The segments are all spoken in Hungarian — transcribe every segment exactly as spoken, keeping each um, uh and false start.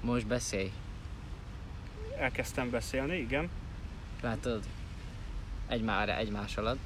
Most beszélj. Elkezdtem beszélni, igen. Látod? Egy már egymás alatt.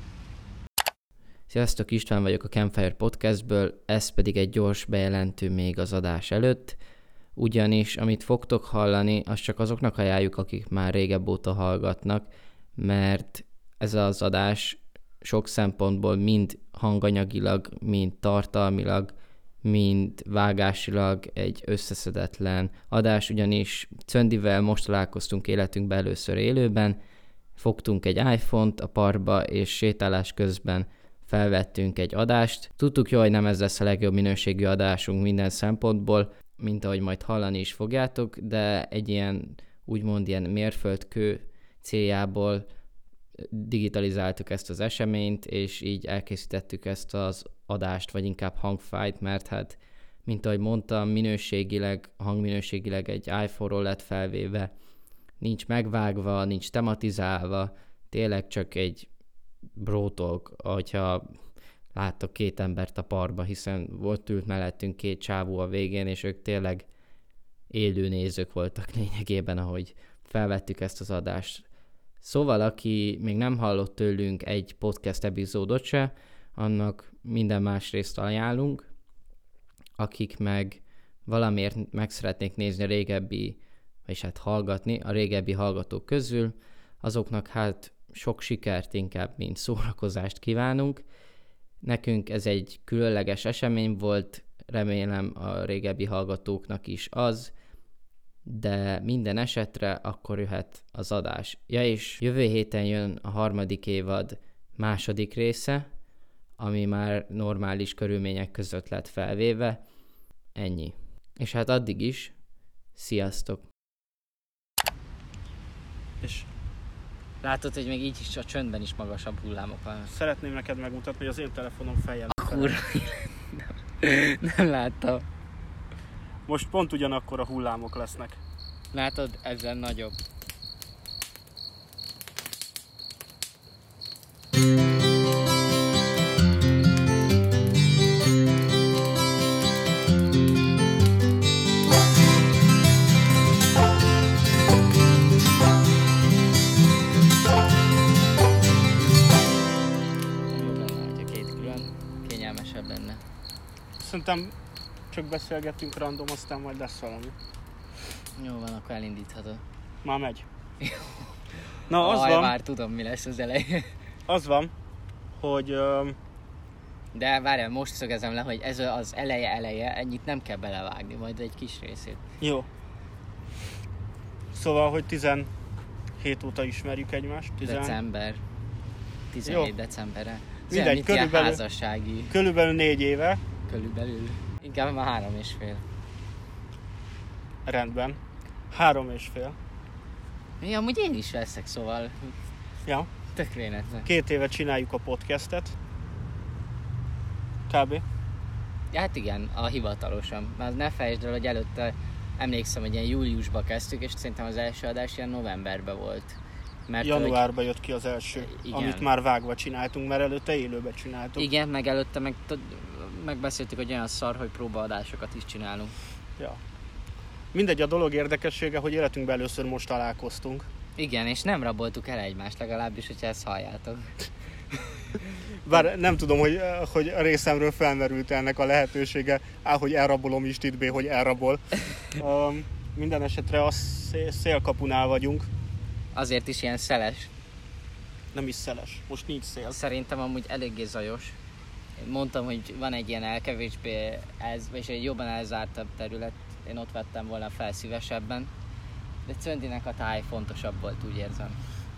Sziasztok, István vagyok a Campfire Podcastből, ez pedig egy gyors bejelentő még az adás előtt, ugyanis amit fogtok hallani, azt csak azoknak ajánljuk, akik már régebb óta hallgatnak, mert ez az adás sok szempontból mind hanganyagilag, mind tartalmilag, mind vágásilag egy összeszedetlen adás, ugyanis Czöndivel most találkoztunk életünkben először élőben, fogtunk egy iPhone-t a parkba, és sétálás közben felvettünk egy adást. Tudtuk jó, hogy nem ez lesz a legjobb minőségű adásunk minden szempontból, mint ahogy majd hallani is fogjátok, de egy ilyen, úgymond ilyen mérföldkő céljából digitalizáltuk ezt az eseményt, és így elkészítettük ezt az adást, vagy inkább hangfájt, mert hát, mint ahogy mondtam, minőségileg, hangminőségileg egy iPhone-ról lett felvéve, nincs megvágva, nincs tematizálva, tényleg csak egy bro talk, hogyha láttok két embert a parkba, hiszen volt ült mellettünk két csávó a végén, és ők tényleg élő nézők voltak lényegében, ahogy felvettük ezt az adást. Szóval, aki még nem hallott tőlünk egy podcast epizódot se, annak minden más részt ajánlunk, akik meg valamiért meg szeretnék nézni a régebbi, vagyis hát hallgatni a régebbi hallgatók közül, azoknak hát sok sikert inkább, mint szórakozást kívánunk. Nekünk ez egy különleges esemény volt, remélem a régebbi hallgatóknak is az, de minden esetre akkor jöhet az adás. Ja, és jövő héten jön a harmadik évad második része, ami már normális körülmények között lett felvéve. Ennyi. És hát addig is, sziasztok! És látod, hogy még így is a csöndben is magasabb hullámok van. Szeretném neked megmutatni, hogy az én telefonom fejjel. Kurva, nem, nem láttam. Most pont ugyanakkor a hullámok lesznek. Látod, ezzel nagyobb. Szerintem csak beszélgetünk random, aztán majd lesz valami. Jó van, akkor elindíthatod. Már megy. Na, az Aj, van... már tudom, mi lesz az elején. Az van, hogy... Um... De várjál, most szögezem le, hogy ez az eleje eleje, ennyit nem kell belevágni, majd egy kis részét. Jó. Szóval, hogy tizenhét óta ismerjük egymást. tizen... December. tizenhét Jó. decemberre. Mindegy, körülbelül... házassági... Körülbelül négy éve. Körülbelül. Inkább már három és fél. Rendben. Három és fél. Ja, amúgy én is veszek, szóval... Ja. Tök véletlen. Két éve csináljuk a podcastet. Kb. Ja, hát igen, a hivatalosan. Már ne felejtsd el, hogy előtte emlékszem, hogy ilyen júliusban kezdtük, és szerintem az első adás ilyen novemberben volt. Mert januárban hogy... jött ki az első, igen. Amit már vágva csináltunk, mert előtte élőben csináltuk. Igen, meg előtte meg megbeszéltük, hogy olyan szar, hogy próbaadásokat is csinálunk. Ja. Mindegy, a dolog érdekessége, hogy életünkben először most találkoztunk. Igen, és nem raboltuk el egymást, legalábbis, hogyha ezt halljátok. Bár nem tudom, hogy, hogy a részemről felmerült ennek a lehetősége, A, hogy elrabolom Istit, B, hogy elrabol. um, minden esetre a szélkapunál vagyunk. Azért is ilyen szeles. Nem is szeles, most nincs szél. Szerintem amúgy eléggé zajos. Mondtam, hogy van egy ilyen elkevésbé, ez, és egy jobban elzártabb terület. Én ott vettem volna fel szívesebben. De Czöndinek a táj fontosabb volt, úgy érzem.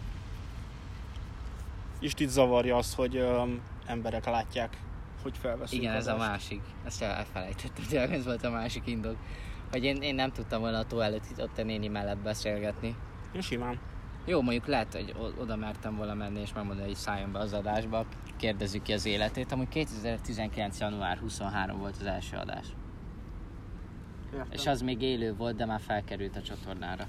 Istit zavarja az, hogy um, emberek látják, hogy felveszünk. Igen, ez adást. A másik. Ezt elfelejtettem, tényleg ez volt a másik indok. Hogy én, én nem tudtam volna a tó előtt itt ott a néni mellett beszélgetni. Én simán. Jó, mondjuk lehet, hogy oda mertem volna menni és megmondani, hogy szálljon be az adásba, kérdezzük ki az életét. Amúgy kétezer-tizenkilenc. január huszonharmadika volt az első adás. Értem. És az még élő volt, de már felkerült a csatornára.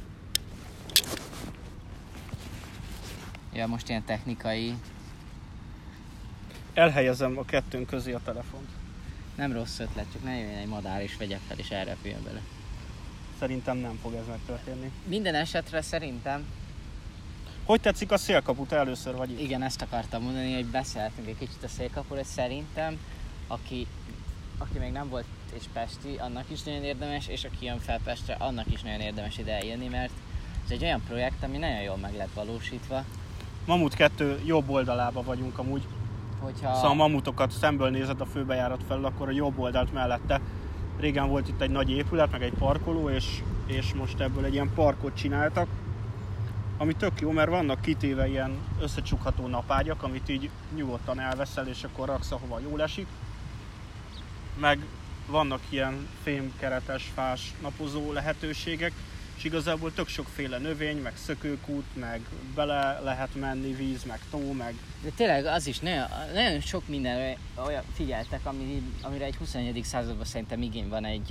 Ja, most ilyen technikai... Elhelyezem a kettőnk közé a telefont. Nem rossz ötlet, csak ne jöjjön egy madár és vegye fel és elrepüljön bele. szerintem nem fog ez megtörténni. Minden esetre szerintem... Hogy tetszik a Szélkapu? Te először vagy itt. Igen, ezt akartam mondani, hogy beszéltünk egy kicsit a Szélkapuról, és szerintem, aki, aki még nem volt és pesti, annak is nagyon érdemes, és aki jön fel Pestre, annak is nagyon érdemes ide eljönni, mert ez egy olyan projekt, ami nagyon jól meg lett valósítva. Mamut kettő jobb oldalába vagyunk amúgy. Hogyha... Szóval a mamutokat szemből nézed a főbejárat felül, akkor a jobb oldalt mellette. Régen volt itt egy nagy épület, meg egy parkoló, és, és most ebből egy ilyen parkot csináltak. Ami tök jó, mert vannak kitéve ilyen összecsukható napágyak, amit így nyugodtan elveszel, és akkor raksz, ahova jól esik. Meg vannak ilyen fémkeretes, fás napozó lehetőségek, és igazából tök sokféle növény, meg szökőkút, meg bele lehet menni, víz, meg tó, meg... De tényleg az is, nagyon, nagyon sok minden olyan figyeltek, ami, amire egy huszonegyedik században szerintem igény van egy,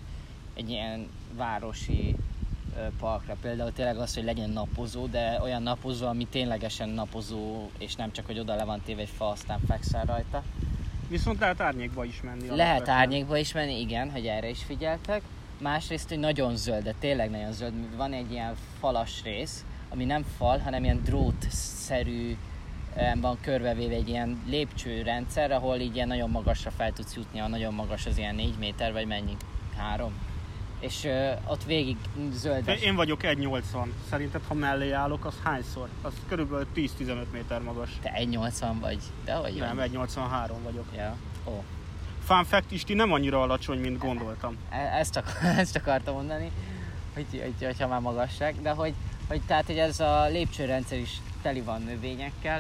egy ilyen városi parkra. Például tényleg az, hogy legyen napozó, de olyan napozó, ami ténylegesen napozó, és nem csak, hogy oda le van téve egy fa, aztán fekszel rajta. Viszont lehet árnyékba is menni. Lehet alapvetően. Árnyékba is menni, igen, hogy erre is figyeltek. Másrészt, hogy nagyon zöld, de tényleg nagyon zöld. Van egy ilyen falas rész, ami nem fal, hanem ilyen drótszerű, van körbevéve egy ilyen lépcsőrendszer, ahol így ilyen nagyon magasra fel tudsz jutni, a nagyon magas az ilyen négy méter, vagy mennyi? Három? És uh, ott végig zöldes. Én vagyok egy nyolcvan. Szerinted, ha mellé állok, az hányszor? Az körülbelül tíz-tizenöt méter magas. Te egy nyolcvan vagy? De hogy Nem, egy nyolcvanhárom vagyok. Ja. Oh. Fun fact, Isti nem annyira alacsony, mint gondoltam. E- ezt, ak- ezt akartam mondani, hogy, hogy, hogyha már magasság, de hogy, hogy, tehát, hogy ez a lépcsőrendszer is teli van növényekkel,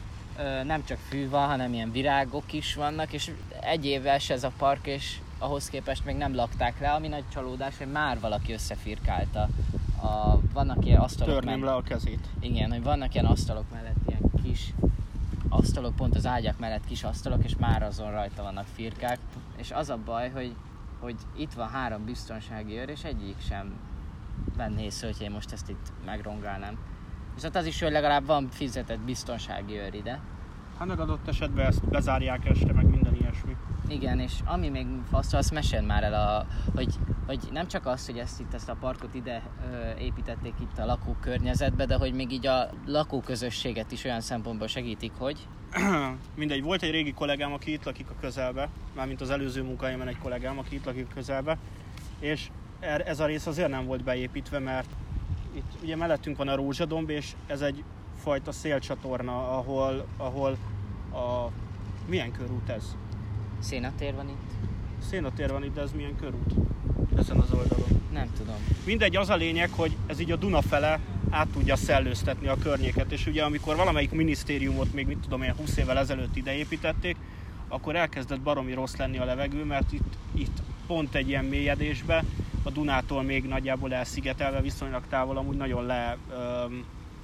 Ö, nem csak fű van, hanem ilyen virágok is vannak, és egy éves ez a park, és ahhoz képest még nem lakták le, ami nagy csalódás, hogy már valaki összefirkálta. A, vannak ilyen asztalok Törném mellett, le a kezét. Igen, hogy vannak ilyen asztalok mellett ilyen kis asztalok, pont az ágyak mellett kis asztalok, és már azon rajta vannak firkák. És az a baj, hogy, hogy itt van három biztonsági őr, és egyik sem venné észre, hogy én most ezt itt megrongálnám. Viszont az is, hogy legalább van fizetett biztonsági őr ide. Hát meg adott esetben ezt bezárják este, meg minden ilyesmi. Igen, és ami még fasz, azt mesél már el, a, hogy, hogy nem csak az, hogy ezt, itt, ezt a parkot ide ö, építették itt a lakókörnyezetbe, de hogy még így a lakóközösséget is olyan szempontból segítik, hogy... Mindegy, volt egy régi kollégám, aki itt lakik a közelbe, mármint az előző munkahelyemen egy kollégám, aki itt lakik a közelbe, és ez a rész azért nem volt beépítve, mert itt ugye mellettünk van a Rózsadomb, és ez egy fajta szélcsatorna, ahol, ahol a... Milyen körút ez? Szénatér van itt? Szénatér van itt, de ez milyen körút? Ezen az oldalon. Nem tudom. Mindegy, az a lényeg, hogy ez így a Duna fele át tudja szellőztetni a környéket, és ugye amikor valamelyik minisztériumot még mit tudom én húsz évvel ezelőtt ide építették, akkor elkezdett baromi rossz lenni a levegő, mert itt, itt pont egy ilyen mélyedésbe, a Dunától még nagyjából elszigetelve, viszonylag távol amúgy nagyon le... Öm,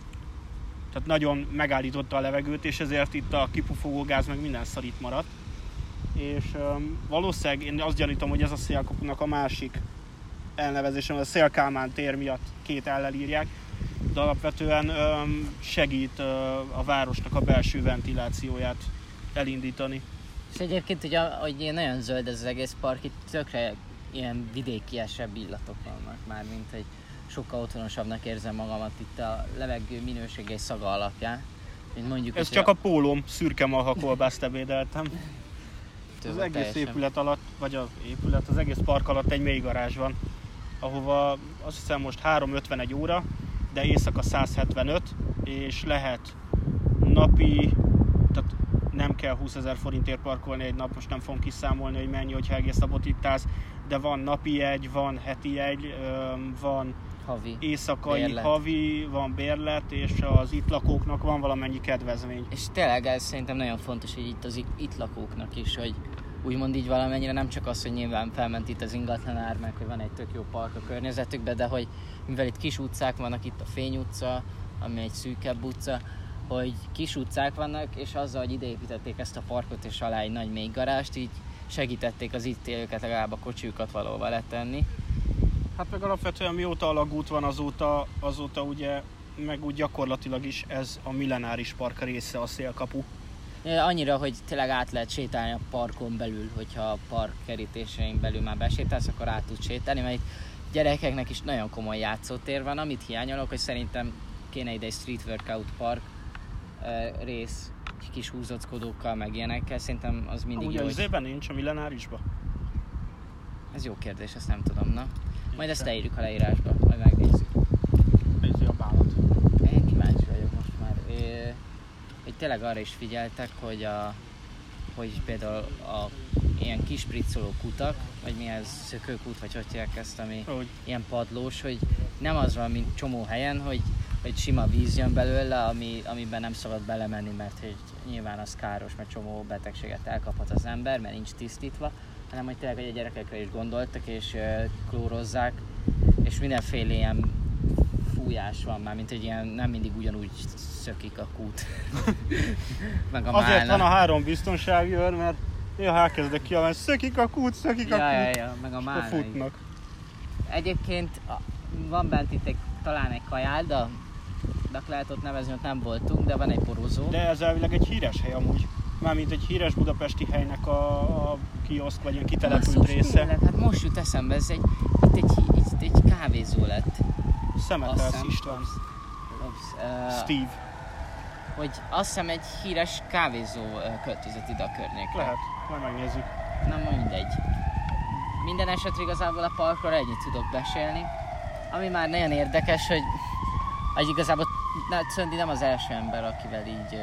tehát nagyon megállította a levegőt, és ezért itt a kipufogó gáz meg minden szar itt maradt. És öm, valószínűleg én azt gyanítom, hogy ez a Szélkapunak a másik elnevezése, a Széll Kálmán tér miatt két ellel írják, de alapvetően öm, segít ö, a városnak a belső ventilációját elindítani. És egyébként ugye, hogy ilyen nagyon zöld ez az egész park, itt tökre ilyen vidékiesebb illatok vannak már, mint hogy sokkal otthonosabbnak érzem magamat itt a levegő minősége és szaga alapján. Mint mondjuk, ez csak a, a pólóm, szürke marha kolbászt ebédeltem. Az egész teljesen. épület alatt, vagy az épület, az egész park alatt egy mély garázs van, ahova azt hiszem most három ötvenegy óra, de éjszaka száz hetvenöt, és lehet napi, tehát nem kell húszezer forintért parkolni egy nap, most nem fogom kiszámolni, hogy mennyi, hogyha egész napot itt állsz, de van napi jegy, van heti jegy, van havi, éjszakai, bérlet. havi, van bérlet, és az itt lakóknak van valamennyi kedvezmény. És tényleg ez szerintem nagyon fontos, hogy itt az itt lakóknak is, hogy úgymond így valamennyire nem csak az, hogy nyilván felment itt az ingatlan ár, meg hogy van egy tök jó park a környezetükben, de hogy mivel itt kis utcák vannak, itt a Fény utca, ami egy szűkebb utca, hogy kis utcák vannak, és azzal, hogy ide építették ezt a parkot és alá egy nagy mély garást, így segítették az itt élőket legalább a kocsiukat valahova letenni. Hát meg alapvetően mióta alagút van, azóta, azóta ugye, meg úgy gyakorlatilag is ez a millenáris park része a Szélkapu. Annyira, hogy tényleg át lehet sétálni a parkon belül, hogyha a park kerítéseink belül már besétálsz, akkor át tudsz sétálni, mert itt gyerekeknek is nagyon komoly játszótér van, amit hiányolok, hogy szerintem kéne ide egy street workout park uh, rész, kis húzockodókkal, meg ilyenekkel, szerintem az mindig Amúgy jó. Ugye az nincs a Millenárisban? Ez jó kérdés, ezt nem tudom, na. Majd ezt leírjuk a leírásba, majd megnézzük. Nézi a bálat. Én kíváncsi vagyok most már. É, hogy tényleg arra is figyeltek, hogy, a, hogy például a ilyen kis spriccoló kutak, vagy mi ez, szökőkút, vagy hogy hívják ezt, ami Hogy? ilyen padlós, hogy nem az van, mint csomó helyen, hogy, hogy sima víz jön belőle, ami, amiben nem szabad belemenni, mert hogy nyilván az káros, mert csomó betegséget elkaphat az ember, mert nincs tisztítva, hanem hogy tényleg hogy a gyerekekre is gondoltak, és uh, klórozzák, és mindenféle ilyen fújás van már, mint hogy ilyen nem mindig ugyanúgy szökik a kút. Meg a Azért málna. van a három biztonsági őr, mert néha elkezdek kiabálni, szökik a kút, szökik ja, a ja, kút, ja, meg a és málna. akkor futnak. Egyébként a, van bent itt egy, talán egy kajálda, de lehet ott nevezni, ott nem voltunk, de van egy porozó. De ez elvileg egy híres hely amúgy. Mármint egy híres budapesti helynek a, a kioszk, vagy ilyen kitelepült Basszus, része. tényleg, hát most jut eszembe, ez egy, itt, egy, itt egy kávézó lett. Szemetelsz Azt István. Ups, uh, Steve. hogy azt hiszem egy híres kávézó uh, költözött ide a környékre. Lehet, majd megnézzük. Na mindegy. Minden esetre igazából a parkról ennyit tudok beszélni. Ami már nagyon érdekes, hogy, hogy igazából Szöndi nem az első ember, akivel így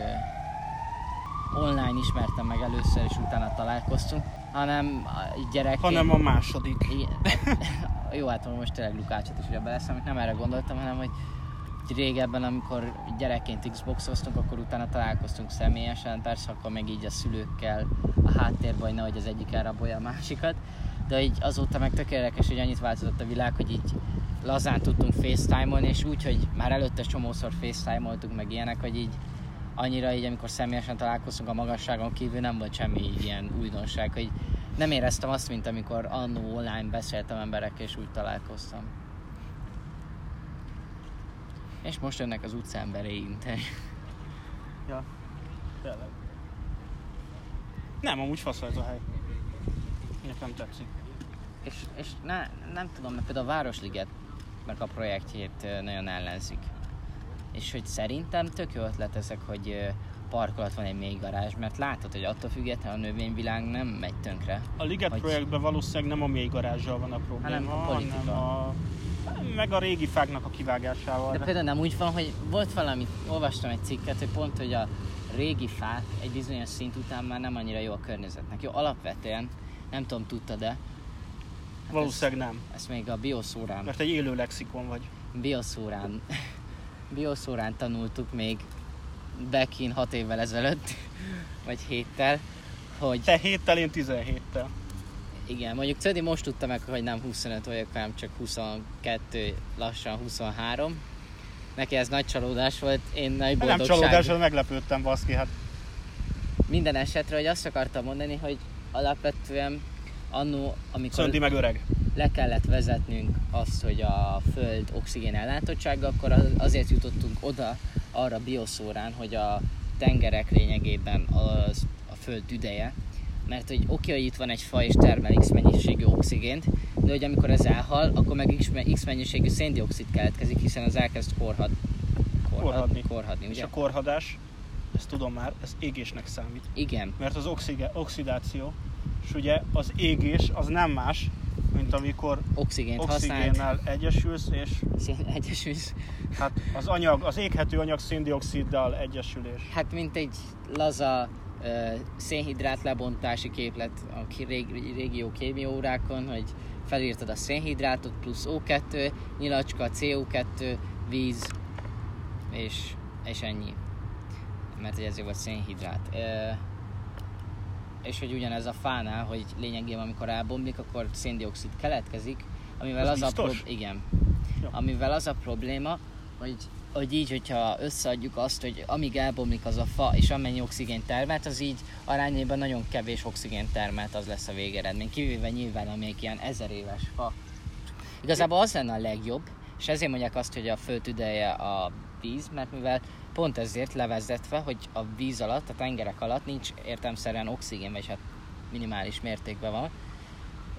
uh, online ismertem meg először, és utána találkoztunk, hanem gyerekként... Hanem a második. Jó, hát most tényleg Lukácsot is ugye beleszem, nem erre gondoltam, hanem hogy régebben, amikor gyerekként Xboxoztunk, akkor utána találkoztunk személyesen, persze akkor meg így a szülőkkel a háttérben, hogy nehogy az egyik elrabolja a másikat, de így azóta meg tök érdekes, hogy annyit változott a világ, hogy így lazán tudtunk FaceTime-olni, és úgy, hogy már előtte csomószor FaceTime-oltuk meg ilyenek, hogy így annyira így, amikor személyesen találkoztunk a magasságon kívül, nem volt semmi így ilyen újdonság, hogy nem éreztem azt, mint amikor annó online beszéltem emberekkel, és úgy találkoztam. És most jönnek az utcaemberei. Ja, tényleg. Nem, amúgy fasz ez a hely. Nekem tetszik. És, és ne, nem tudom, mert például a Városligetnek a projektjét nagyon ellenzik. És hogy szerintem tök jó ötlet ezek, hogy park alatt van egy mély garázs, mert látod, hogy attól függetlenül a növényvilág nem megy tönkre. A Liget hogy... projektben valószínűleg nem a mély garázsal van a probléma, hanem a politika. hanem a... meg a régi fáknak a kivágásával. De például nem úgy van, hogy volt valami, olvastam egy cikket, hogy pont, hogy a régi fák egy bizonyos szint után már nem annyira jó a környezetnek. Jó, alapvetően, nem tudom, tudtad-e? Hát valószínűleg ezt, nem. Ezt még a bioszórán, Mert egy élő lexikon vagy. bioszórán, bioszórán tanultuk még back in hat évvel ezelőtt, vagy héttel, hogy... Te héttel, én tizenhéttel. Igen, mondjuk Cödi most tudta meg, hogy nem huszonöt vagyok, hanem csak huszonkettő, lassan huszonhárom. Neki ez nagy csalódás volt, én nagy boldogság. Nem csalódás, de meglepődtem, baszki, hát. Minden esetre, hogy azt akartam mondani, hogy alapvetően annó, amikor Szöndi meg öreg. le kellett vezetnünk azt, hogy a Föld oxigén ellátottsága, akkor azért jutottunk oda, arra bioszórán, hogy a tengerek lényegében az, a Föld tüdeje, mert hogy oké, okay, hogy itt van egy fa és termel X mennyiségű oxigént, de hogy amikor ez elhal, akkor meg X mennyiségű széndioxid keletkezik, hiszen az elkezd korhad, korhad, Korhadni. korhadni. És Ugye? a korhadás, ezt tudom már, ez égésnek számít. Igen. Mert az oxige, oxidáció, és ugye az égés az nem más, mint amikor Oxigént használt. oxigénnel egyesülsz, és Szén egyesülsz. hát az anyag, az éghető anyag széndioxiddal egyesülés. Hát mint egy laza uh, szénhidrát lebontási képlet a régi, régió kémiaórákon, hogy felírtad a szénhidrátot plusz ó kettő, nyilacska, cé o kettő, víz, és, és ennyi. Mert hogy ezért volt szénhidrát. Uh, és hogy ugyanez a fánál, hogy lényegében amikor elbomlik, akkor széndioxid keletkezik, amivel az az, az a biztos? pro- igen. Ja. Amivel az a probléma, hogy, hogy így, hogyha összeadjuk azt, hogy amíg elbomlik az a fa, és amennyi oxigént termelt, az így arányában nagyon kevés oxigént termelt, az lesz a végeredmény. Kivéve nyilván, amelyik ilyen ezer éves fa. Igazából az lenne a legjobb, és ezért mondják azt, hogy a Föld tüdeje a víz, mert mivel pont ezért levezetve, hogy a víz alatt, a tengerek alatt nincs értelemszerűen oxigén, vagy hát minimális mértékben van,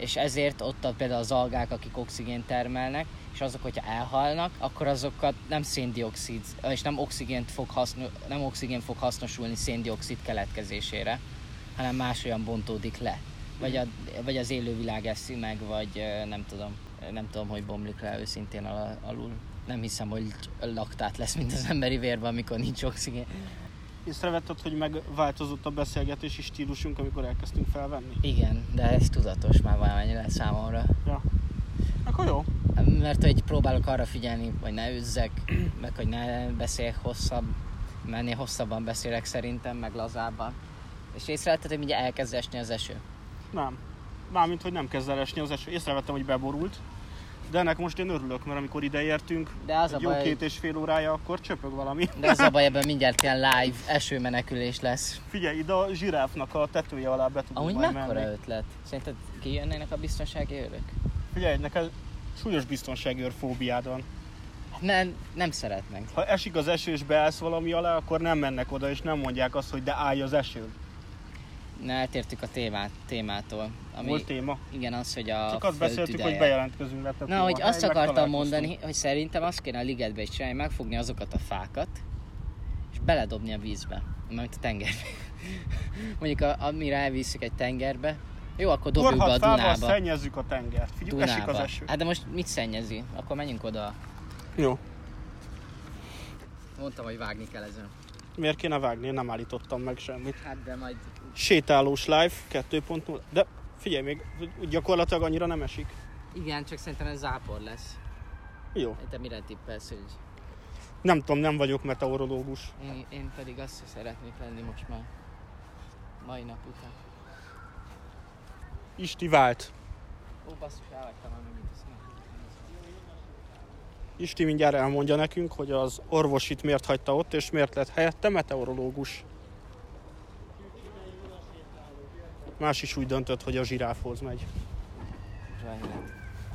és ezért ott a, például az algák, akik oxigént termelnek, és azok, hogyha elhalnak, akkor azokat nem széndioxid, és nem oxigént fog, haszno, nem oxigén fog hasznosulni széndioxid keletkezésére, hanem más olyan bontódik le. Vagy, a, vagy az élővilág eszi meg, vagy nem tudom, nem tudom, hogy bomlik le őszintén al- alul. Nem hiszem, hogy laktát lesz, mint az emberi vérben, amikor nincs oxigén. Észrevetted, hogy megváltozott a beszélgetési stílusunk, amikor elkezdtünk felvenni? Igen, de ez tudatos már valamennyire számomra. Ja. Akkor jó. Mert hogy próbálok arra figyelni, hogy ne üzzek, meg hogy ne beszéljek hosszabb, mennél hosszabban beszélek szerintem, meg lazábban. És észrevetted, hogy mindjárt elkezd esni az eső? Nem. Mármint, hogy nem kezd el esni az eső. Észrevettem, hogy beborult. De ennek most én örülök, mert amikor ideértünk, de az egy a jó baj, két és fél órája, akkor csöpög valami. De az a baj, ebben mindjárt ilyen live esőmenekülés lesz. Figyelj, ide a zsiráfnak a tetője alá be tudunk amúgy majd mekkora menni. ötlet? Szerinted kijönnének a biztonsági őrök? Figyelj, neked súlyos biztonsági őrfóbiád van. Nem, nem szeretnek. Ha esik az eső és beállsz valami alá, akkor nem mennek oda és nem mondják azt, hogy de állj az eső. Ne, eltértük a témát, témától. Ami, Volt téma? Igen, az, hogy a Csak azt beszéltük, földtüdeje. hogy bejelentkezünk. Lett a Na, téma. hogy azt Hely, akartam mondani, hogy szerintem azt kéne a ligetbe is csinálni, megfogni azokat a fákat, és beledobni a vízbe, mint a tengerbe. Mondjuk, a, amire elviszük egy tengerbe, jó, akkor dobjuk be a Korhat fával Dunába. szennyezzük a tengert. Figyelj, esik az eső. Hát de most mit szennyezi? Akkor menjünk oda. Jó. Mondtam, hogy vágni kell ezen. Miért kéne vágni? Én nem állítottam meg semmit. Hát de majd... Sétálós live kettő pont nulla. De figyelj, még gyakorlatilag annyira nem esik. Igen, csak szerintem ez zápor lesz. Jó. Te mire tippelsz, hogy... Nem tudom, nem vagyok meteorológus. Én, én pedig azt is szeretnék lenni most már. Mai nap után. Isti vált. Ó, basszus, elvettem már megint ezt. Isti mindjárt elmondja nekünk, hogy az orvosit miért hagyta ott, és miért lett helyette meteorológus. Más is úgy döntött, hogy a zsiráfhoz megy. Zsajnál.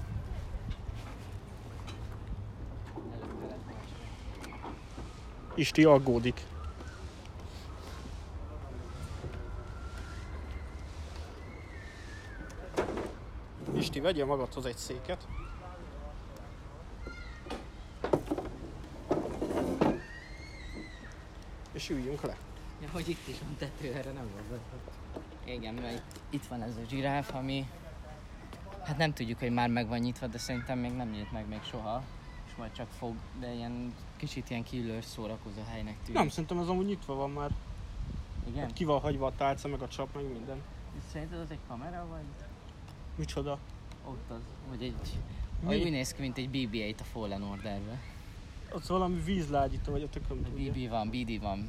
Isti aggódik. Isti, vegyél magadhoz egy széket. És üljünk le. Ja, hogy itt is van tető, erre nem gondoltam. Igen, mert itt, itt van ez a zsiráf, ami... Hát nem tudjuk, hogy már meg van nyitva, de szerintem még nem nyílt meg még soha. És majd csak fog, de ilyen kicsit ilyen killős szórakozó helynek tűnik. Nem, szerintem ez amúgy nyitva van már. Igen? Ki van hagyva a tálca, meg a csap, meg minden. Szerinted az egy kamera, vagy Micsoda? ott az? Vagy egy... Mi? Úgy néz ki, mint egy bé bé eight a Fallen Orderbe. Ott valami vízlágyító, vagy a tököm Vagy bé bé van, bé dé van.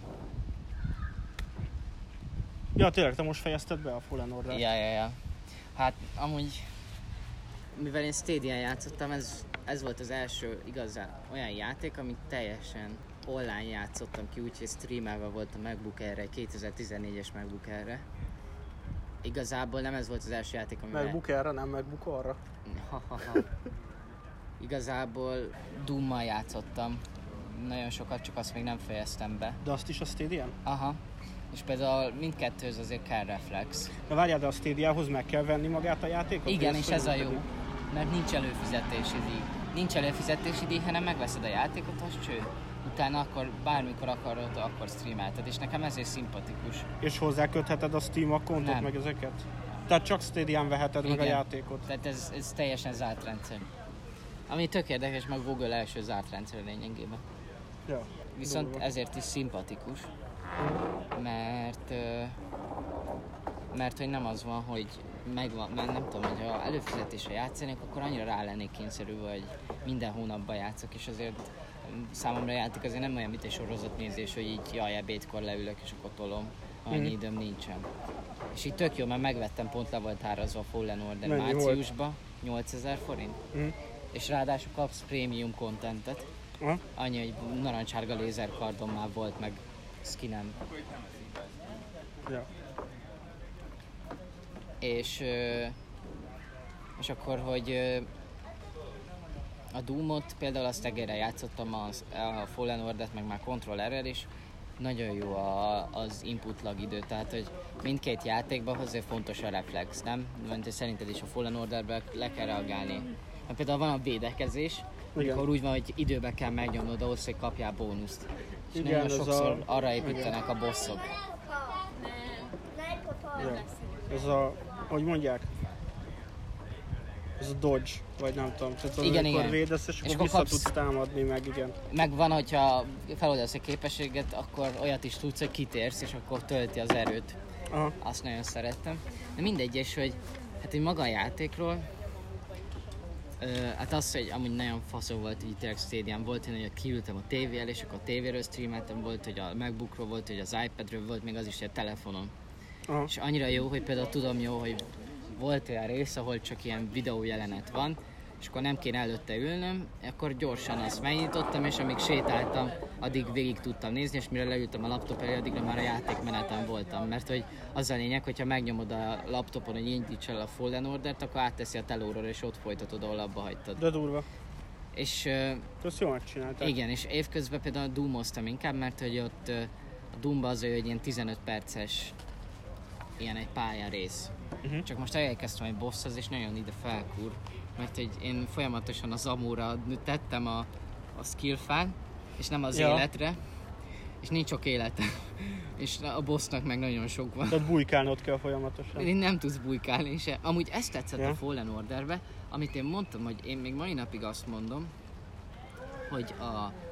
Ja, tényleg, te most fejezted be a Fallen Order-t. Ja, ja, ja. Hát amúgy, mivel én Stadia-n játszottam, ez, ez volt az első igazán olyan játék, amit teljesen online játszottam ki, úgyhogy streamelve volt a MacBook Air-re, egy kétezer-tizennégyes MacBook Air-re. Igazából nem ez volt az első játék, amivel... MacBook Air-re, nem MacBook arra. Ha, ha, ha. Igazából Doom-mal játszottam. Nagyon sokat, csak azt még nem fejeztem be. De azt is a Stadia-n? Aha. És például mindkettőhöz azért kell reflex. De várjál, de a Stadia-hoz meg kell venni magát a játékot? Igen, Ezt és ez a hogy jó. működik? Mert nincs előfizetési díj. Nincs előfizetési díj, hanem megveszed a játékot, az cső. Utána akkor bármikor akarod, akkor streamelted, és nekem ezért szimpatikus. És hozzá kötheted a Steam accountot, Nem. meg ezeket? Tehát csak Stadia-n veheted meg a Igen. játékot? Tehát ez, ez teljesen zárt rendszer. Ami tök érdekes, meg Google első zárt rendszer lényegében. Ja. Viszont Durva. ezért is szimpatikus, mert, ö, mert hogy nem az van, hogy megvan, mert nem tudom, hogy ha előfizetésre játszanék, akkor annyira rá lennék kényszerülve, hogy minden hónapban játszok, és azért számomra a játék azért nem olyan, mint egy sorozatnézés, hogy így jaj, ebédkor leülök, és akkor tolom, annyi Mhm. időm nincsen. És így tök jó, mert megvettem, pont le volt árazva a Fallen Order Mennyi volt? márciusban, nyolcezer forint, Mhm. és ráadásul kapsz prémium contentet. Aha. Annyi, hogy narancsárga lézerkardon már volt, meg skinem. Ja. És, ö, és akkor, hogy ö, a Doomot például azt egérre játszottam, az, a Fallen Order-t meg már kontrollerrel is, nagyon jó a, az input lag idő, tehát hogy mindkét játékban azért fontos a reflex, nem? Mert szerinted is a Fallen Orderben le kell reagálni. Mert például van a védekezés, amikor úgy van, hogy időben kell megnyomnod ahhoz, hogy kapjál bónuszt. És igen, nagyon sokszor a... arra építenek igen. a bosszok. Ja. Ez a, hogy mondják? Ez a dodge, vagy nem tudom. Tehát igen, amikor igen. védesz, és, és akkor vissza kapsz... tudsz támadni, meg igen. Meg van, hogyha feloldasz a képességet, akkor olyat is tudsz, hogy kitérsz, és akkor tölti az erőt. Aha. Azt nagyon szerettem. De mindegy, és hogy hát egy maga a játékról, Uh, hát az, hogy amúgy nagyon faszol volt, így tényleg Stadium volt, hogy kiültem a tévé elé, és akkor a tévéről streameltem, volt, hogy a MacBookról volt, hogy az iPadről volt, még az is a telefonon. Uh-huh. És annyira jó, hogy például tudom jó, hogy volt olyan rész, ahol csak ilyen videó jelenet van, és akkor nem kéne előtte ülnöm, akkor gyorsan azt megnyitottam, és amíg sétáltam, addig végig tudtam nézni, és mire leültem a laptop elé, addigra már a játékmeneten voltam. Mert hogy az a lényeg, hogyha megnyomod a laptopon, hogy indíts el a Fallen Ordert, akkor átteszi a telóról, és ott folytatod, ahol abba hagytad. De durva. És... Ezt jól megcsinálták. Igen, és évközben például Doomoztam inkább, mert hogy ott a Doomba az, hogy ilyen tizenöt perces ilyen egy pálya rész. Uh-huh. Csak most elkezdtem egy bosshoz, és nagyon ide felkúr. Mert hogy én folyamatosan az amúra tettem a, a skillfán, és nem az ja. életre, és nincs sok életem. És a bossnak meg nagyon sok van. Tehát bujkálnod kell folyamatosan. Én nem tudsz bujkálni se. Amúgy ezt tetszett ja. a Fallen Orderbe, amit én mondtam, hogy én még mai napig azt mondom, hogy a,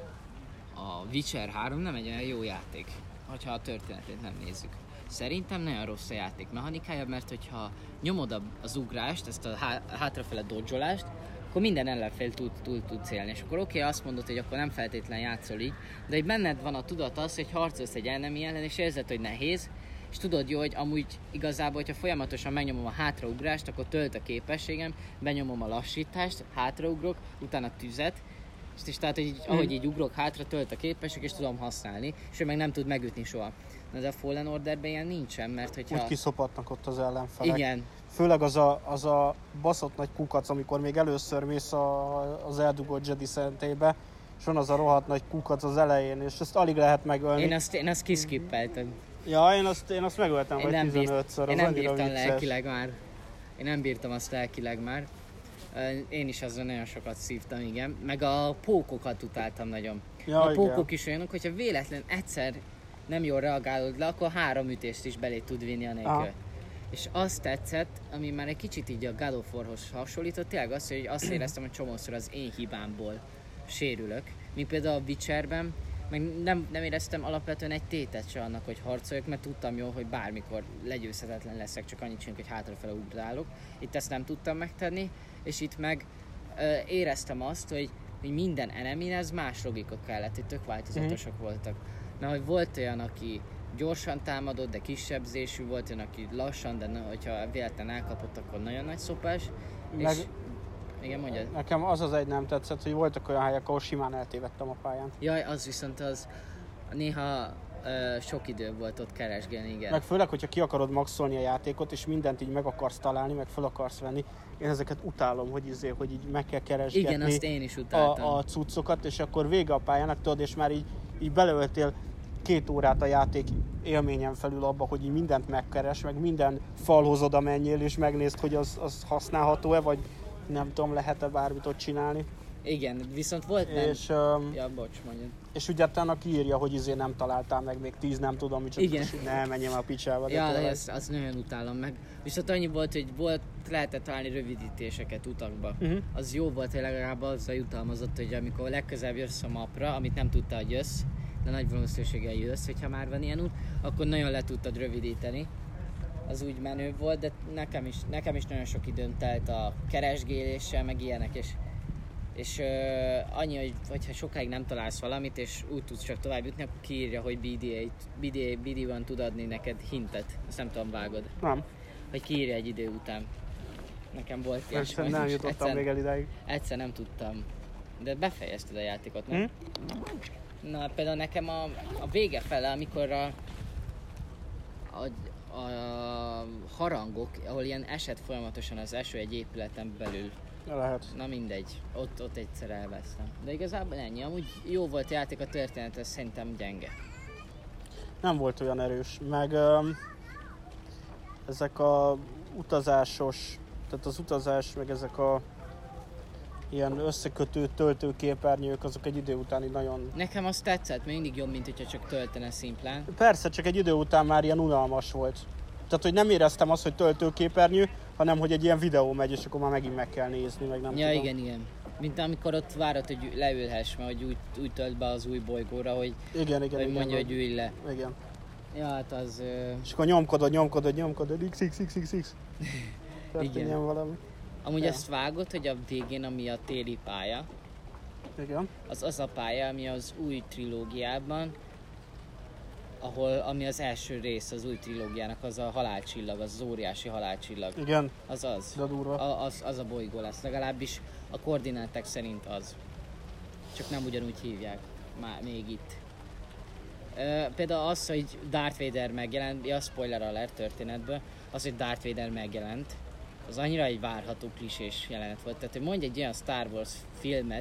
a Witcher három nem egy olyan jó játék, hogyha a történetét nem nézzük. Szerintem nagyon rossz a játék mechanikája, mert hogyha nyomod az ugrást, ezt a há- hátrafele dodge-olást, akkor minden ellenfél túl, túl tudsz élni. És akkor oké, okay, azt mondod, hogy akkor nem feltétlen játszol így, de hogy benned van a tudat az, hogy harcolsz egy enemy ellen, és érzed, hogy nehéz, és tudod jó, hogy amúgy igazából, hogyha folyamatosan megnyomom a hátraugrást, akkor tölt a képességem, benyomom a lassítást, hátraugrok, utána tüzet, és, és tehát, hogy így, ahogy így ugrok hátra, tölt a képesség, és tudom használni, és ő meg nem tud megütni soha. De a Fallen Orderben ilyen nincsen, mert hogyha... Úgy kiszopatnak ott az ellenfelek. Igen. Főleg az a, az a baszott nagy kukac, amikor még először mész a, az eldugott Jedi szentélybe, és van az a rohadt nagy kukac az elején, és ezt alig lehet megölni. Én azt, én azt kiskippeltem. Ja, én azt, én azt megöltem, vagy tizenötször. Én nem bírtam lelkileg már. Én nem bírtam azt lelkileg már. Én is azon nagyon sokat szívtam, igen. Meg a pókokat utáltam nagyon. Ja, a pókok igen. is olyanok, hogyha véletlen egyszer nem jól reagálod le, akkor három ütést is belé tud vinni a nélkül. És azt tetszett, ami már egy kicsit így a God of Warhoz hasonlított, tényleg az, hogy azt éreztem, hogy csomószor az én hibámból sérülök. Mint például a Witcherben, meg nem, nem éreztem alapvetően egy tétet se annak, hogy harcoljak, mert tudtam jól, hogy bármikor legyőzhetetlen leszek, csak annyit csinálok, hogy hátrafele ugrálok. Itt ezt nem tudtam megtenni, és itt meg ö, éreztem azt, hogy, hogy minden enemyhez más logika kellett, hogy tök változatosak mm. voltak. Mert hogy volt olyan, aki gyorsan támadott, de kisebbzésű, volt olyan, aki lassan, de hogyha véletlen elkapott, akkor nagyon nagy szopás. Meg... És... Igen, mondjad. Nekem az az egy nem tetszett, hogy voltak olyan helyek, ahol simán eltévedtem a pályán. Jaj, az viszont az néha ö, sok idő volt ott keresgélni, igen. Meg főleg, hogyha ki akarod maxolni a játékot, és mindent így meg akarsz találni, meg fel akarsz venni. Én ezeket utálom, hogy, izé, hogy így meg kell keresgetni. Igen, azt én is utáltam. A, a cuccokat, és akkor vége a pályának, tudod, és már így, így beleöltél két órát a játék élményen felül abba, hogy így mindent megkeres, meg minden falhoz oda menjél, és megnézd, hogy az, az használható-e, vagy nem tudom, lehet-e bármit ott csinálni. Igen, viszont volt nem... És, um, ja, bocs, mondjad. És ugye utána kiírja, hogy izé nem találtál meg még tíz, nem tudom, mit csak ne menjem a picsába. Ja, de ezt, azt nagyon utálom meg. Viszont annyi volt, hogy volt, lehetett találni rövidítéseket utakba. Uh-huh. Az jó volt, hogy legalább azzal jutalmazott, hogy amikor legközelebb jössz a mapra, amit nem tudtál, hogy jössz, de nagy valószínűséggel jössz, hogyha már van ilyen út, akkor nagyon le tudtad rövidíteni. Az úgy menő volt, de nekem is, nekem is nagyon sok időm telt a keresgéléssel, meg ilyenek, és, és uh, annyi, hogy hogyha sokáig nem találsz valamit, és úgy tudsz csak tovább jutni, akkor kiírja, hogy bé dé á, bé dé á, bé dé á tud adni neked hintet, ezt nem tudom, vágod. Nem. Hogy kiírja egy idő után. Nekem volt ilyen. Persze nem jutottam egyszer, még el idáig. Egyszer nem tudtam, de befejezted a játékot, nem? Hmm? Na, például nekem a, a vége fele, amikor a, a a harangok, ahol ilyen esett folyamatosan az eső egy épületen belül. Lehet. Na mindegy, ott, ott egyszer elvesztem. De igazából ennyi, amúgy jó volt a játék, a történet, ez szerintem gyenge. nem volt olyan erős. Meg öm, ezek a utazásos, tehát az utazás, meg ezek a ilyen összekötő töltőképernyők, azok egy idő után így nagyon... Nekem az tetszett, mindig jobb, mint hogyha csak töltene szimplán. Persze, csak egy idő után már ilyen unalmas volt. Tehát, hogy nem éreztem azt, hogy töltőképernyő, hanem, hogy egy ilyen videó megy, és akkor már megint meg kell nézni, meg nem ja, tudom. igen, igen. Mint amikor ott várod, hogy leülhess, mert hogy úgy, úgy tölt be az új bolygóra, hogy, Igen, igen, hogy igen. mondja, hogy ülj le. Igen. Ja, hát az... Uh... És akkor nyomkodod, nyomkodod, nyomkodod, x x x x x. Igen. valami. Amúgy ja. azt vágod, hogy a végén, ami a téli pálya, Igen. az az a pálya, ami az új trilógiában, ahol, ami az első rész az új trilógiának, az a halálcsillag, az, az óriási halálcsillag. Igen. Az az. De durva. A, az, az a bolygó lesz, legalábbis a koordináták szerint az. Csak nem ugyanúgy hívják már még itt. Uh, például az, hogy Darth Vader megjelent, ja, spoiler alert történetből, az, hogy Darth Vader megjelent, az annyira egy várható klisés jelenet volt. Tehát, hogy mondj egy olyan Star Wars filmet,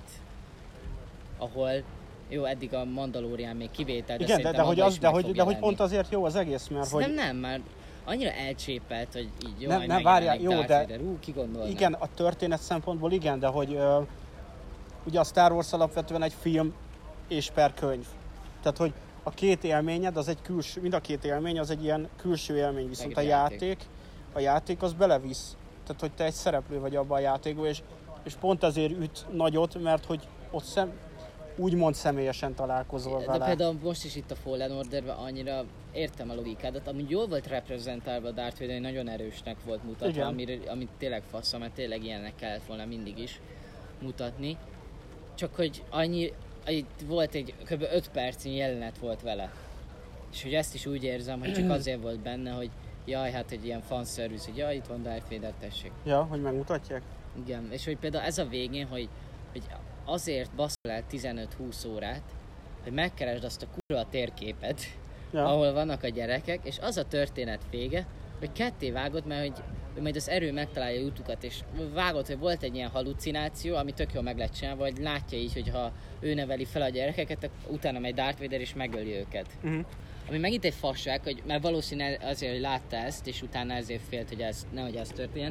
ahol jó, eddig a Mandalorian még kivétel, de igen, de, de, hogy, az, de, hogy, de hogy pont azért jó az egész, mert hogy... hogy... nem, már annyira elcsépelt, hogy így jó, nem, hogy nem, várjál, jó, Darth de... Vader. Ú, ki gondolná? Igen, a történet szempontból igen, de hogy ö, ugye a Star Wars alapvetően egy film és per könyv. Tehát, hogy a két élményed, az egy külső, mind a két élmény, az egy ilyen külső élmény, viszont meg a játék. játék, a játék az belevisz. Tehát, hogy te egy szereplő vagy abban a játékban, és, és pont ezért üt nagyot, mert hogy ott szem, úgymond személyesen találkozol de vele. De például most is itt a Fallen Orderben annyira értem a logikádat, amúgy jól volt reprezentálva a Darth Vader, nagyon erősnek volt mutatva, ami, amit tényleg faszom, mert tényleg ilyennek kellett volna mindig is mutatni. Csak hogy annyi, volt egy kb. öt percnyi jelenet volt vele. És hogy ezt is úgy érzem, hogy csak azért volt benne, hogy jaj, hát egy ilyen fanszervisz, hogy jaj, itt van Darth Vader, tessék. Ja, hogy megmutatják? Igen, és hogy például ez a végén, hogy, hogy azért basszol el tizenöt-húsz órát, hogy megkeresd azt a kurva térképet, ja. ahol vannak a gyerekek, és az a történet vége, hogy ketté vágod, mert hogy, hogy majd az erő megtalálja a útukat, és vágod, hogy volt egy ilyen halucináció, ami tök jól meg lett csinálva, vagy látja így, hogy ha ő neveli fel a gyerekeket, utána megy Darth Vader és megöli őket. Uh-huh. Ami megint egy fasság, hogy, mert valószínűleg azért, hogy látta ezt, és utána ezért félt, hogy ez, nehogy ez történjen.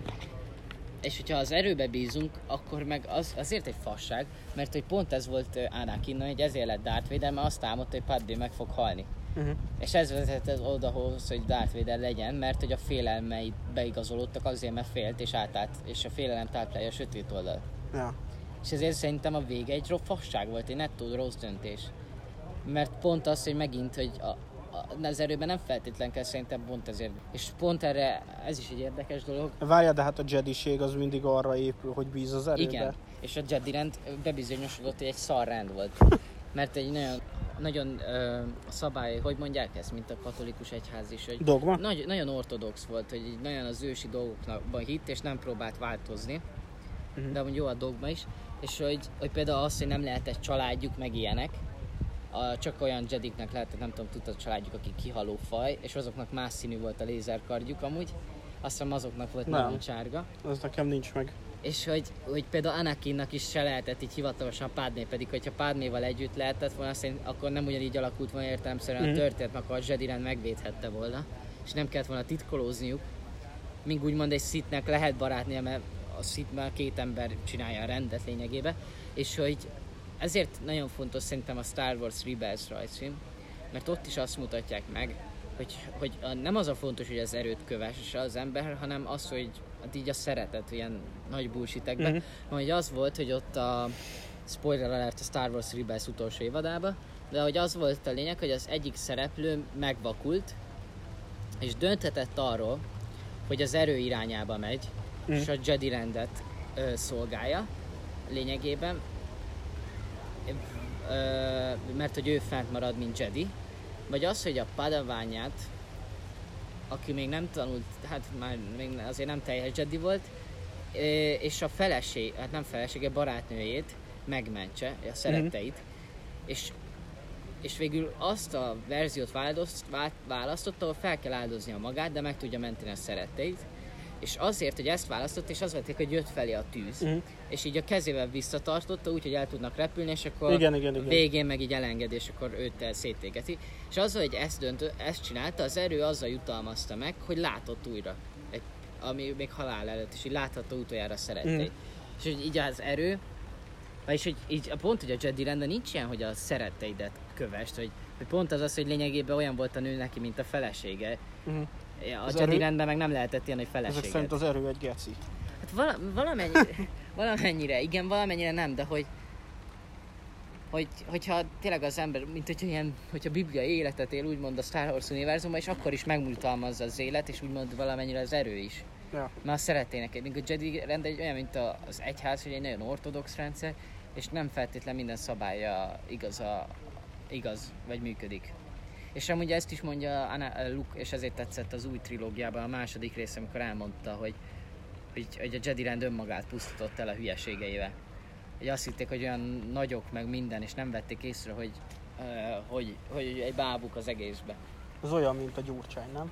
És hogyha az erőbe bízunk, akkor meg az, azért egy fasság, mert hogy pont ez volt Anakinnal, hogy ezért lett Darth Vader, mert azt álmodta, hogy Padmé meg fog halni. Uh-huh. És ez vezetett odahoz, hogy Darth Vader legyen, mert hogy a félelmei beigazolódtak azért, mert félt és átállt, és a félelem táplálja a sötét oldal. Ja. És ezért szerintem a vége egy fasság volt, egy nettó rossz döntés. Mert pont az, hogy megint, hogy a, az erőben nem feltétlen kell, szerintem pont ezért. És pont erre, ez is egy érdekes dolog. Várjál, de hát a Jediség az mindig arra épül, hogy bíz az erőbe. Igen, és a Jedi rend bebizonyosodott, hogy egy szar rend volt. Mert egy nagyon, nagyon ö, szabály, hogy mondják ezt, mint a katolikus egyház is, hogy dogma? Nagy, nagyon ortodox volt, hogy így nagyon az ősi dolgokban hitt, és nem próbált változni. Uh-huh. De amúgy jó a dogma is. És hogy, hogy például az, hogy nem lehetett családjuk, meg ilyenek. A, csak olyan Jediknek lehetett, nem tudom, tudta a családjuk, aki kihaló faj, és azoknak más színű volt a lézerkardjuk amúgy. Azt hiszem azoknak volt narancsárga. Az nekem nincs meg. És hogy, hogy például Anakinnak is se lehetett így hivatalosan Padmé, pedig hogyha Padméval együtt lehetett volna, szerint, akkor nem ugyanígy alakult volna értelemszerűen mm-hmm. a történet, akkor a Jedi rend megvédhette volna, és nem kellett volna titkolózniuk. Míg úgymond egy Sithnek lehet barátnia, mert a Sith már két ember csinálja a rendet lényegében, és hogy ezért nagyon fontos szerintem a Star Wars Rebels rajzfilm, mert ott is azt mutatják meg, hogy, hogy nem az a fontos, hogy az erőt kövesse az ember, hanem az, hogy hát így a szeretet ilyen nagy bullshitekben. Mm-hmm. Majd az volt, hogy ott a spoiler alert a Star Wars Rebels utolsó évadában, de hogy az volt a lényeg, hogy az egyik szereplő megvakult, és dönthetett arról, hogy az erő irányába megy, mm. és a Jedi rendet ö, szolgálja lényegében, ö, mert hogy ő fent marad, mint Jedi, vagy az, hogy a padaványát, aki még nem tanult, hát már még azért nem teljes Jedi volt, és a feleség, hát nem felesége, barátnőjét megmentse, a szeretteit, mm-hmm. és, és végül azt a verziót választotta, ahol fel kell áldoznia magát, de meg tudja menteni a szeretteit, És azért, hogy ezt választott, és az vették, hogy jött felé a tűz. Uh-huh. És így a kezével visszatartotta, úgyhogy el tudnak repülni, és akkor igen, igen, igen. végén meg így elengedi, és akkor őt szétégeti. És azzal, hogy ezt, döntő, ezt csinálta, az erő azzal jutalmazta meg, hogy látott újra. Egy, ami még halál előtt, és így láthatta utoljára a szeretteit. Uh-huh. És hogy így az erő, vagyis hogy így pont, hogy a Jedi rendben nincs ilyen, hogy a szeretteidet kövest, hogy, hogy pont az az, hogy lényegében olyan volt a nő neki, mint a felesége. Uh-huh. A az Jedi erő... rendben meg nem lehetett ilyen, hogy feleséget. Ezek szerint az erő egy geci. Hát vala, valamennyire, valamennyire, igen, valamennyire nem, de hogy, hogy hogyha tényleg az ember, mint hogy ilyen, hogyha bibliai életet él, úgymond a Star Wars univerzumban, és akkor is megmutalmazza az élet, és úgymond valamennyire az erő is. Ja. Mert azt szeretnének, mint a Jedi rend egy olyan, mint az egyház, hogy egy nagyon ortodox rendszer, és nem feltétlen minden szabálya igaz, a, igaz vagy működik. És amúgy ezt is mondja Anna, Luke, és ezért tetszett az új trilógiában a második rész, amikor elmondta, hogy, hogy, hogy a Jedi rend önmagát pusztított el a hülyeségeivel. Hogy azt hitték, hogy olyan nagyok meg minden, és nem vették észre, hogy, uh, hogy, hogy egy bábuk az egészbe. Ez olyan, mint a Gyurcsány, nem?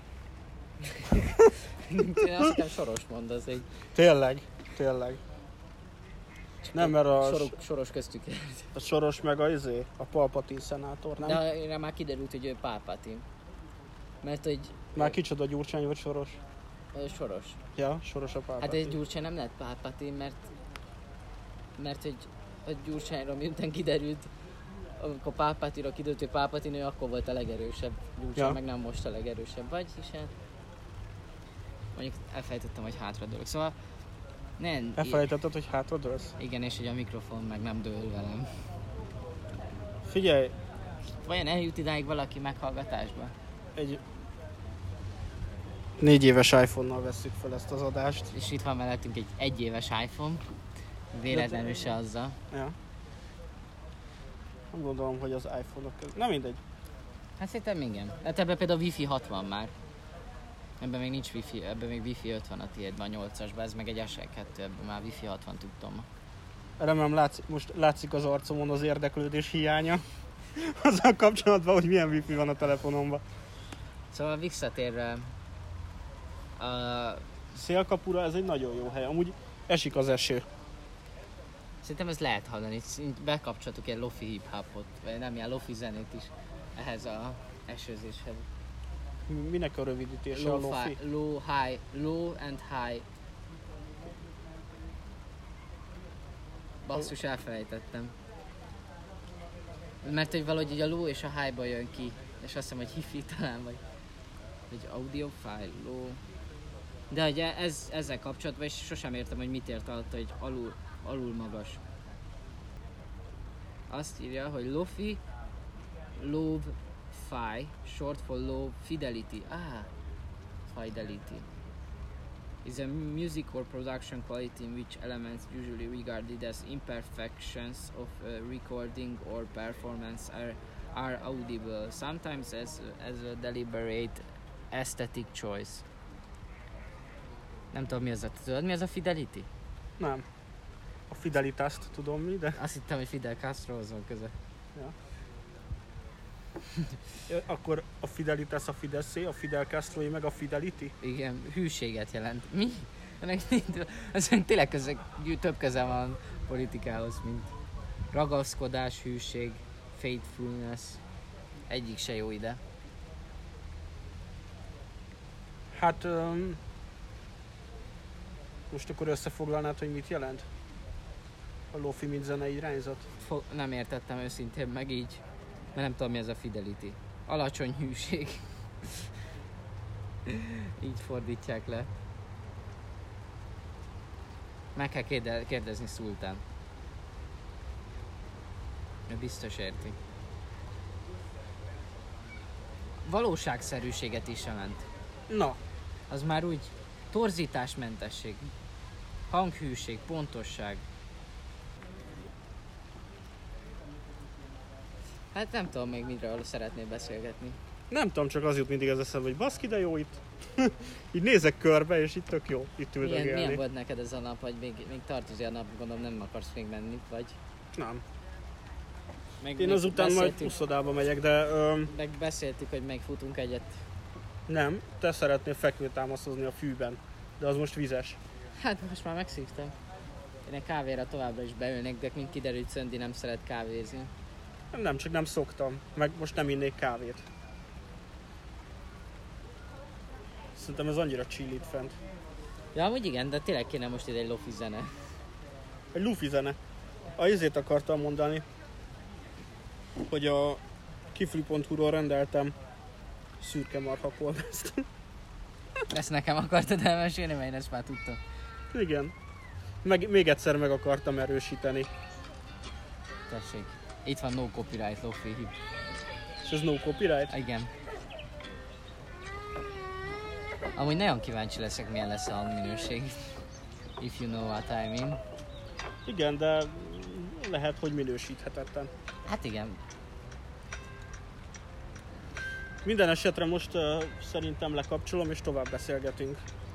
Én azt hittem Soros mond, az egy... Tényleg, tényleg. Csak nem, mert a... Soros, soros köztük. A Soros meg a izé, a Palpatine szenátor, nem? De már kiderült, hogy ő Palpatine. Mert hogy... Már kicsoda Gyurcsány vagy Soros? Soros. Ja, Soros a Palpatine. Hát egy Gyurcsány nem lehet Palpatine, mert... Mert hogy a Gyurcsányról miután kiderült, amikor Palpatine-ról kiderült, hogy Palpatine, ő akkor volt a legerősebb. Gyurcsány ja. meg nem most a legerősebb. Vagy is hát... Mondjuk elfelejtettem, hogy hátra dolog. Szóval... Nem, elfelejtetted, hogy hátradőlsz? Igen, és hogy a mikrofon meg nem dől velem. Figyelj! Vajon eljut idáig valaki meghallgatásba? Egy négy éves iPhone-nal vesszük fel ezt az adást. És itt van mellettünk egy egyéves iPhone. Véletlenül se azzal. Ja. Nem gondolom, hogy az iPhone-ok között. Nem mindegy. Hát szerintem igen. Hát ebben például Wi-Fi hat van már. Ebben még nincs Wi-Fi, ebben még Wi-Fi öt van a tiédben, a nyolcasban, ez meg egy es e kettő, ebben már Wi-Fi hat van, tudtam. Remélem látszik, most látszik az arcomon az érdeklődés hiánya. Azzal kapcsolatban, hogy milyen Wi-Fi van a telefonomban. Szóval visszatérve... A... Szélkapura, ez egy nagyon jó hely. Amúgy esik az eső. Szerintem ezt lehet hallani. Bekapcsoltuk egy lofi hip-hopot, vagy nem ilyen lofi zenét is ehhez a esőzéshez. Minek a rövidítése low a lofi? Fi, low, high, low and high. Basszus, elfelejtettem. Mert hogy valahogy így a low és a high-ba jön ki. És azt hiszem, hogy hifi talán, vagy, vagy audio file, low. De hogy ez, ezzel kapcsolatban is sosem értem, hogy mit ért alatt, hogy alul, alul magas. Azt írja, hogy lofi, low, fi, short for low fidelity. Ah, fidelity. Is a music or production quality in which elements usually regarded as imperfections of a recording or performance are, are audible, sometimes as, as a deliberate aesthetic choice. Nem tudom, mi az a... Tudod, mi az a fidelity? Nem. A fidelitást tudom mi, de... Azt hittem, hogy Fidel Castrohoz van köze. Ja. Akkor a Fidelitas a Fideszé, a Fidel Castro meg a Fidelity? Igen, hűséget jelent. Mi? Ez tényleg köze, több köze van politikához, mint ragaszkodás, hűség, faithfulness. Egyik se jó ide. Hát... Um, most akkor összefoglalnád, hogy mit jelent? A lofi mint zenei irányzat? Fo- nem értettem őszintén meg így. Mert nem tudom, mi ez a fidelity. Alacsony hűség. Így fordítják le. Meg kell kérde- kérdezni Szultán. Ő biztos érti. Valóságszerűséget is jelent. Na. Az már úgy torzításmentesség. Hanghűség, pontosság. Hát nem tudom még miről szeretnél beszélgetni. Nem tudom, csak az jut mindig az eszembe, hogy baszki, de jó itt. Így nézek körbe, és itt tök jó, itt üldögélni. Milyen, milyen volt neked ez a nap, vagy még, még tartozik a nap, gondolom nem akarsz még menni, vagy? Nem. Meg, Én meg azután majd uszodába megyek, de... Öm... Meg beszéltük, hogy még futunk egyet. Nem, te szeretnél fekvőtámaszozni a fűben. De az most vizes. Hát most már megszívtam. Én egy kávéra továbbra is beülnék, de mint kiderült, Szöndi nem szeret kávézni. Nem, csak nem szoktam. Meg most nem innék kávét. Szerintem ez annyira chill itt fent. Ja, amúgy igen, de tényleg kéne most ide egy lofi zene. Egy lufi zene. A izét akartam mondani, hogy a kifli pont hu-ról rendeltem szürke marha kolbászt. Ezt nekem akartad elmesélni, mert én ezt már tudtam. Igen. Meg, még egyszer meg akartam erősíteni. Tessék. Itt van no copyright lofi. És ez no copyright? Igen. Amúgy nagyon kíváncsi leszek, milyen lesz a hangminőség. If you know what I mean. Igen, de lehet, hogy minősíthetetlen. Hát igen. Minden esetre most uh, szerintem lekapcsolom és tovább beszélgetünk.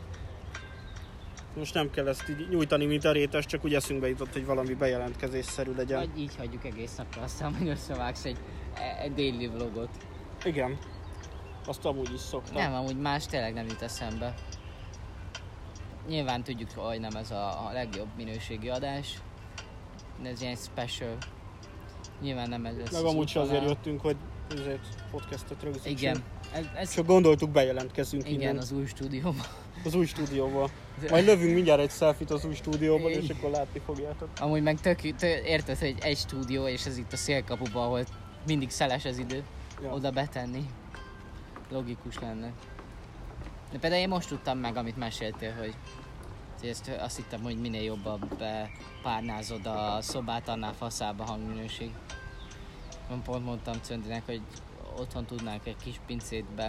Most nem kell ezt így nyújtani, mint a rétes, csak úgy eszünkbe jutott, hogy valami bejelentkezésszerű legyen. Vagy így hagyjuk egész napra, aztán majd összevágsz egy, egy daily vlogot. Igen. Azt amúgy is szoktam. Nem, amúgy más tényleg nem jut eszembe. Nyilván tudjuk, hogy nem ez a, a legjobb minőségi adás. De ez ilyen special. Nyilván nem ez lesz. Meg amúgy se azért jöttünk, hogy ezért podcastot rögzítsünk. Igen. Ez, ez Csak gondoltuk, bejelentkezünk igen, innen. az új stúdióban. Az új stúdióval. Majd lövünk mindjárt egy selfie-t az új stúdióban, és akkor látni fogjátok. Amúgy meg tök, tök érted, hogy egy stúdió, és ez itt a szélkapuban, ahol mindig szeles az idő. Ja. Oda betenni. Logikus lenne. De például én most tudtam meg, amit meséltél, hogy ezt azt hittem, hogy minél jobban bepárnázod a szobát, annál faszább a hangminőség. Én pont mondtam Cöndinek, hogy otthon tudnánk egy kis pincétbe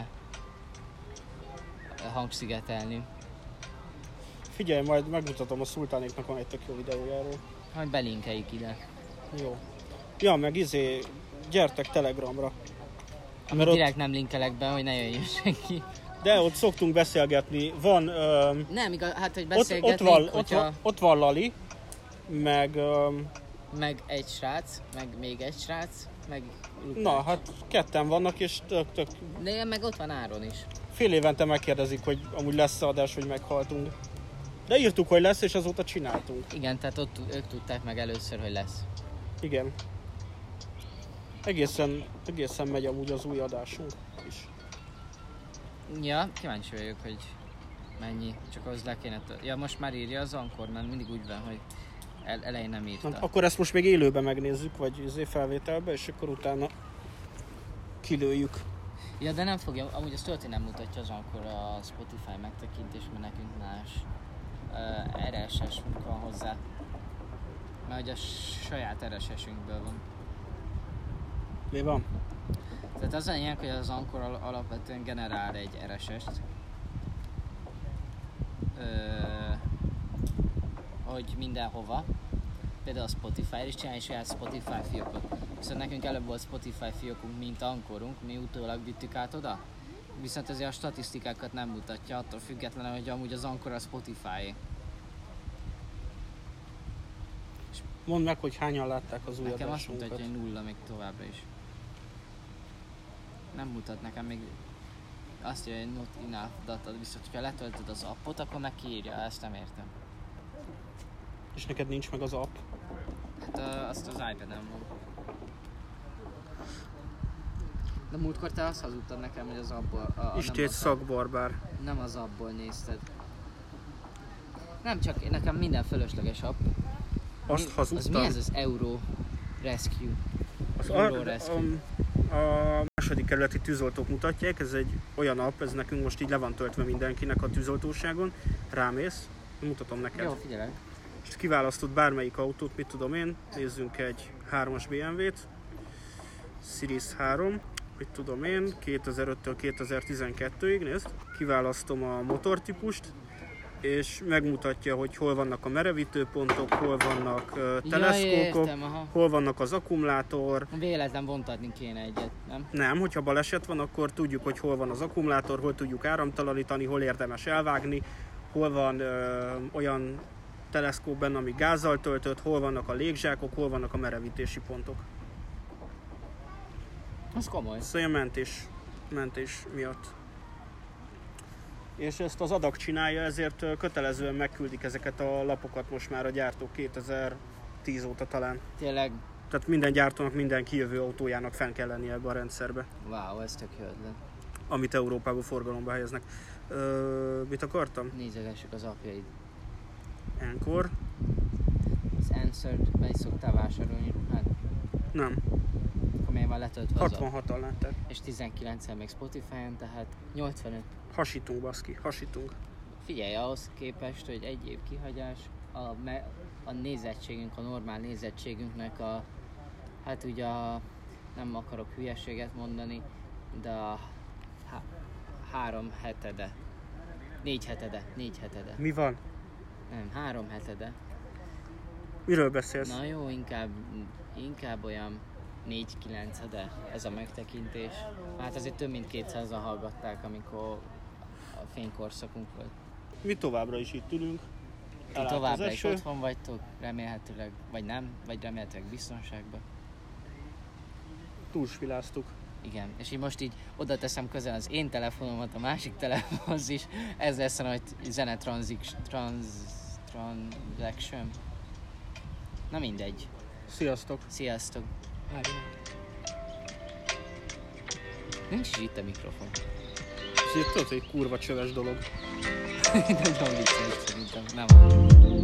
hangszigetelni. Figyelj, majd megmutatom, a Szultánéknak van egy tök jó videójáról. Majd belinkeljük ide. Jó. Ja, meg izé, gyertek Telegramra. Amit ott, direkt nem linkelek be, hogy ne jöjjön senki. de ott szoktunk beszélgetni. Van... Um, Nem, igaz, hát hogy ott, beszélgetnénk, ott, van, hogyha... ott, van, ott van Lali, meg... Um, meg egy srác, meg még egy srác, meg Lukács. na, hát ketten vannak, és tök, tök De meg ott van Áron is. fél évente megkérdezik, hogy amúgy lesz adás, hogy meghaltunk. De írtuk, hogy lesz, és azóta csináltunk. Igen, tehát ott ők tudták meg először, hogy lesz. Igen. Egészen, egészen megy amúgy az új adásunk is. Ja, kíváncsi vagyok, hogy mennyi. Csak ahhoz le kéne... T- ja, most már írja az Ankor, mert mindig úgy van, hogy el- elején nem írta. Na, akkor ezt most még élőben megnézzük, vagy izé felvételbe, és akkor utána kilőjük. Ja, de nem fogja, amúgy azt tudod, hogy nem mutatja az Ankor a Spotify megtekintés, mert nekünk más uh, er es es-ünk van hozzá. Mert hogy a saját er es es-ünkből van. Mi van? Tehát az a lényeg, hogy az Ankor al- alapvetően generál egy er es es-t. Ö, hogy mindenhova. Például a Spotify-ra is csinálja saját Spotify fiókot. Viszont nekünk előbb volt Spotify fiókunk, mint Ankorunk, mi utólag vittük át oda. Viszont ezért a statisztikákat nem mutatja, attól függetlenül, hogy amúgy az Ankor a Spotify. Mondd meg, hogy hányan látták az új Nekem azt adásunkat. mutatja, hogy nulla még továbbra is. Nem mutat nekem még. Azt írja, hogy not enough data, viszont ha letöltöd az appot, akkor meg kiírja, ezt nem értem. És neked nincs meg az app? Hát uh, azt az iPad-en van. De múltkor te azt hazudtad nekem, hogy az abból... A, a, Istér az, szakbarbár. nem az abból nézted. Nem csak, nekem minden fölösleges app. Azt Mi- hazudtam. Az mi ez az Euro Rescue? Az Euro a, Rescue. a, a második kerületi tűzoltók mutatják, ez egy olyan app, ez nekünk most így le van töltve mindenkinek a tűzoltóságon. Rámész, mutatom neked. Jó, figyelek. És kiválasztod bármelyik autót, mit tudom én, nézzünk egy hármas bé em vé-t, Series három, mit tudom én, kétezer-öttől kétezer-tizenkettőig, nézd, kiválasztom a motortípust, és megmutatja, hogy hol vannak a merevítőpontok, hol vannak uh, teleszkópok, értem, aha. hol vannak az akkumulátor. Véletlen vontatni kéne egyet, nem? Nem, hogyha baleset van, akkor tudjuk, hogy hol van az akkumulátor, hol tudjuk áramtalanítani, hol érdemes elvágni, hol van ö, olyan teleszkóp benne, ami gázzal töltött, hol vannak a légzsákok, hol vannak a merevítési pontok. Az komoly. Szóval a mentés, mentés miatt. és ezt az adag csinálja, ezért kötelezően megküldik ezeket a lapokat most már a gyártók kétezer-tíz óta talán. Tényleg? Tehát minden gyártónak, minden kijövő autójának fenn kell lennie ebbe a rendszerbe. Wow, ez tök jó ötlet. Amit Európában forgalomba helyeznek. Ö, mit akartam? Nézegessük az apjaid. Encore. Az Answered, be is szoktál vásárolni ruhát? Nem. Akkor miért van letöltve az hatvanhatan látták. És tizenkilencen még Spotify-on, tehát nyolcvanöt. Hasítunk, baszki, hasítunk. Figyelj, ahhoz képest, hogy egy év kihagyás, a, me, a nézettségünk, a normál nézettségünknek a, hát ugye a, nem akarok hülyeséget mondani, de a há, három hetede, négy hetede, négy hetede. Mi van? Nem, három hetede. Miről beszélsz? Na jó, inkább, inkább olyan négy-kilencede ez a megtekintés. Hát azért több mint kétszázan hallgatták, amikor a fénykorszakunk volt. Mi továbbra is itt ülünk. Ti továbbra is otthon vagytok, remélhetőleg, vagy nem, vagy remélhetőleg biztonságban. Túlsviláztuk. Igen, és így most így oda teszem közel az én telefonomat a másik telefonhoz is, ez lesz a nagy zene transic- trans- transaction. Na mindegy. Sziasztok. Sziasztok. Nincs is itt a mikrofon. Ez tudod, hogy kurva csöves dolog. Nagyon vicces szerintem, nem.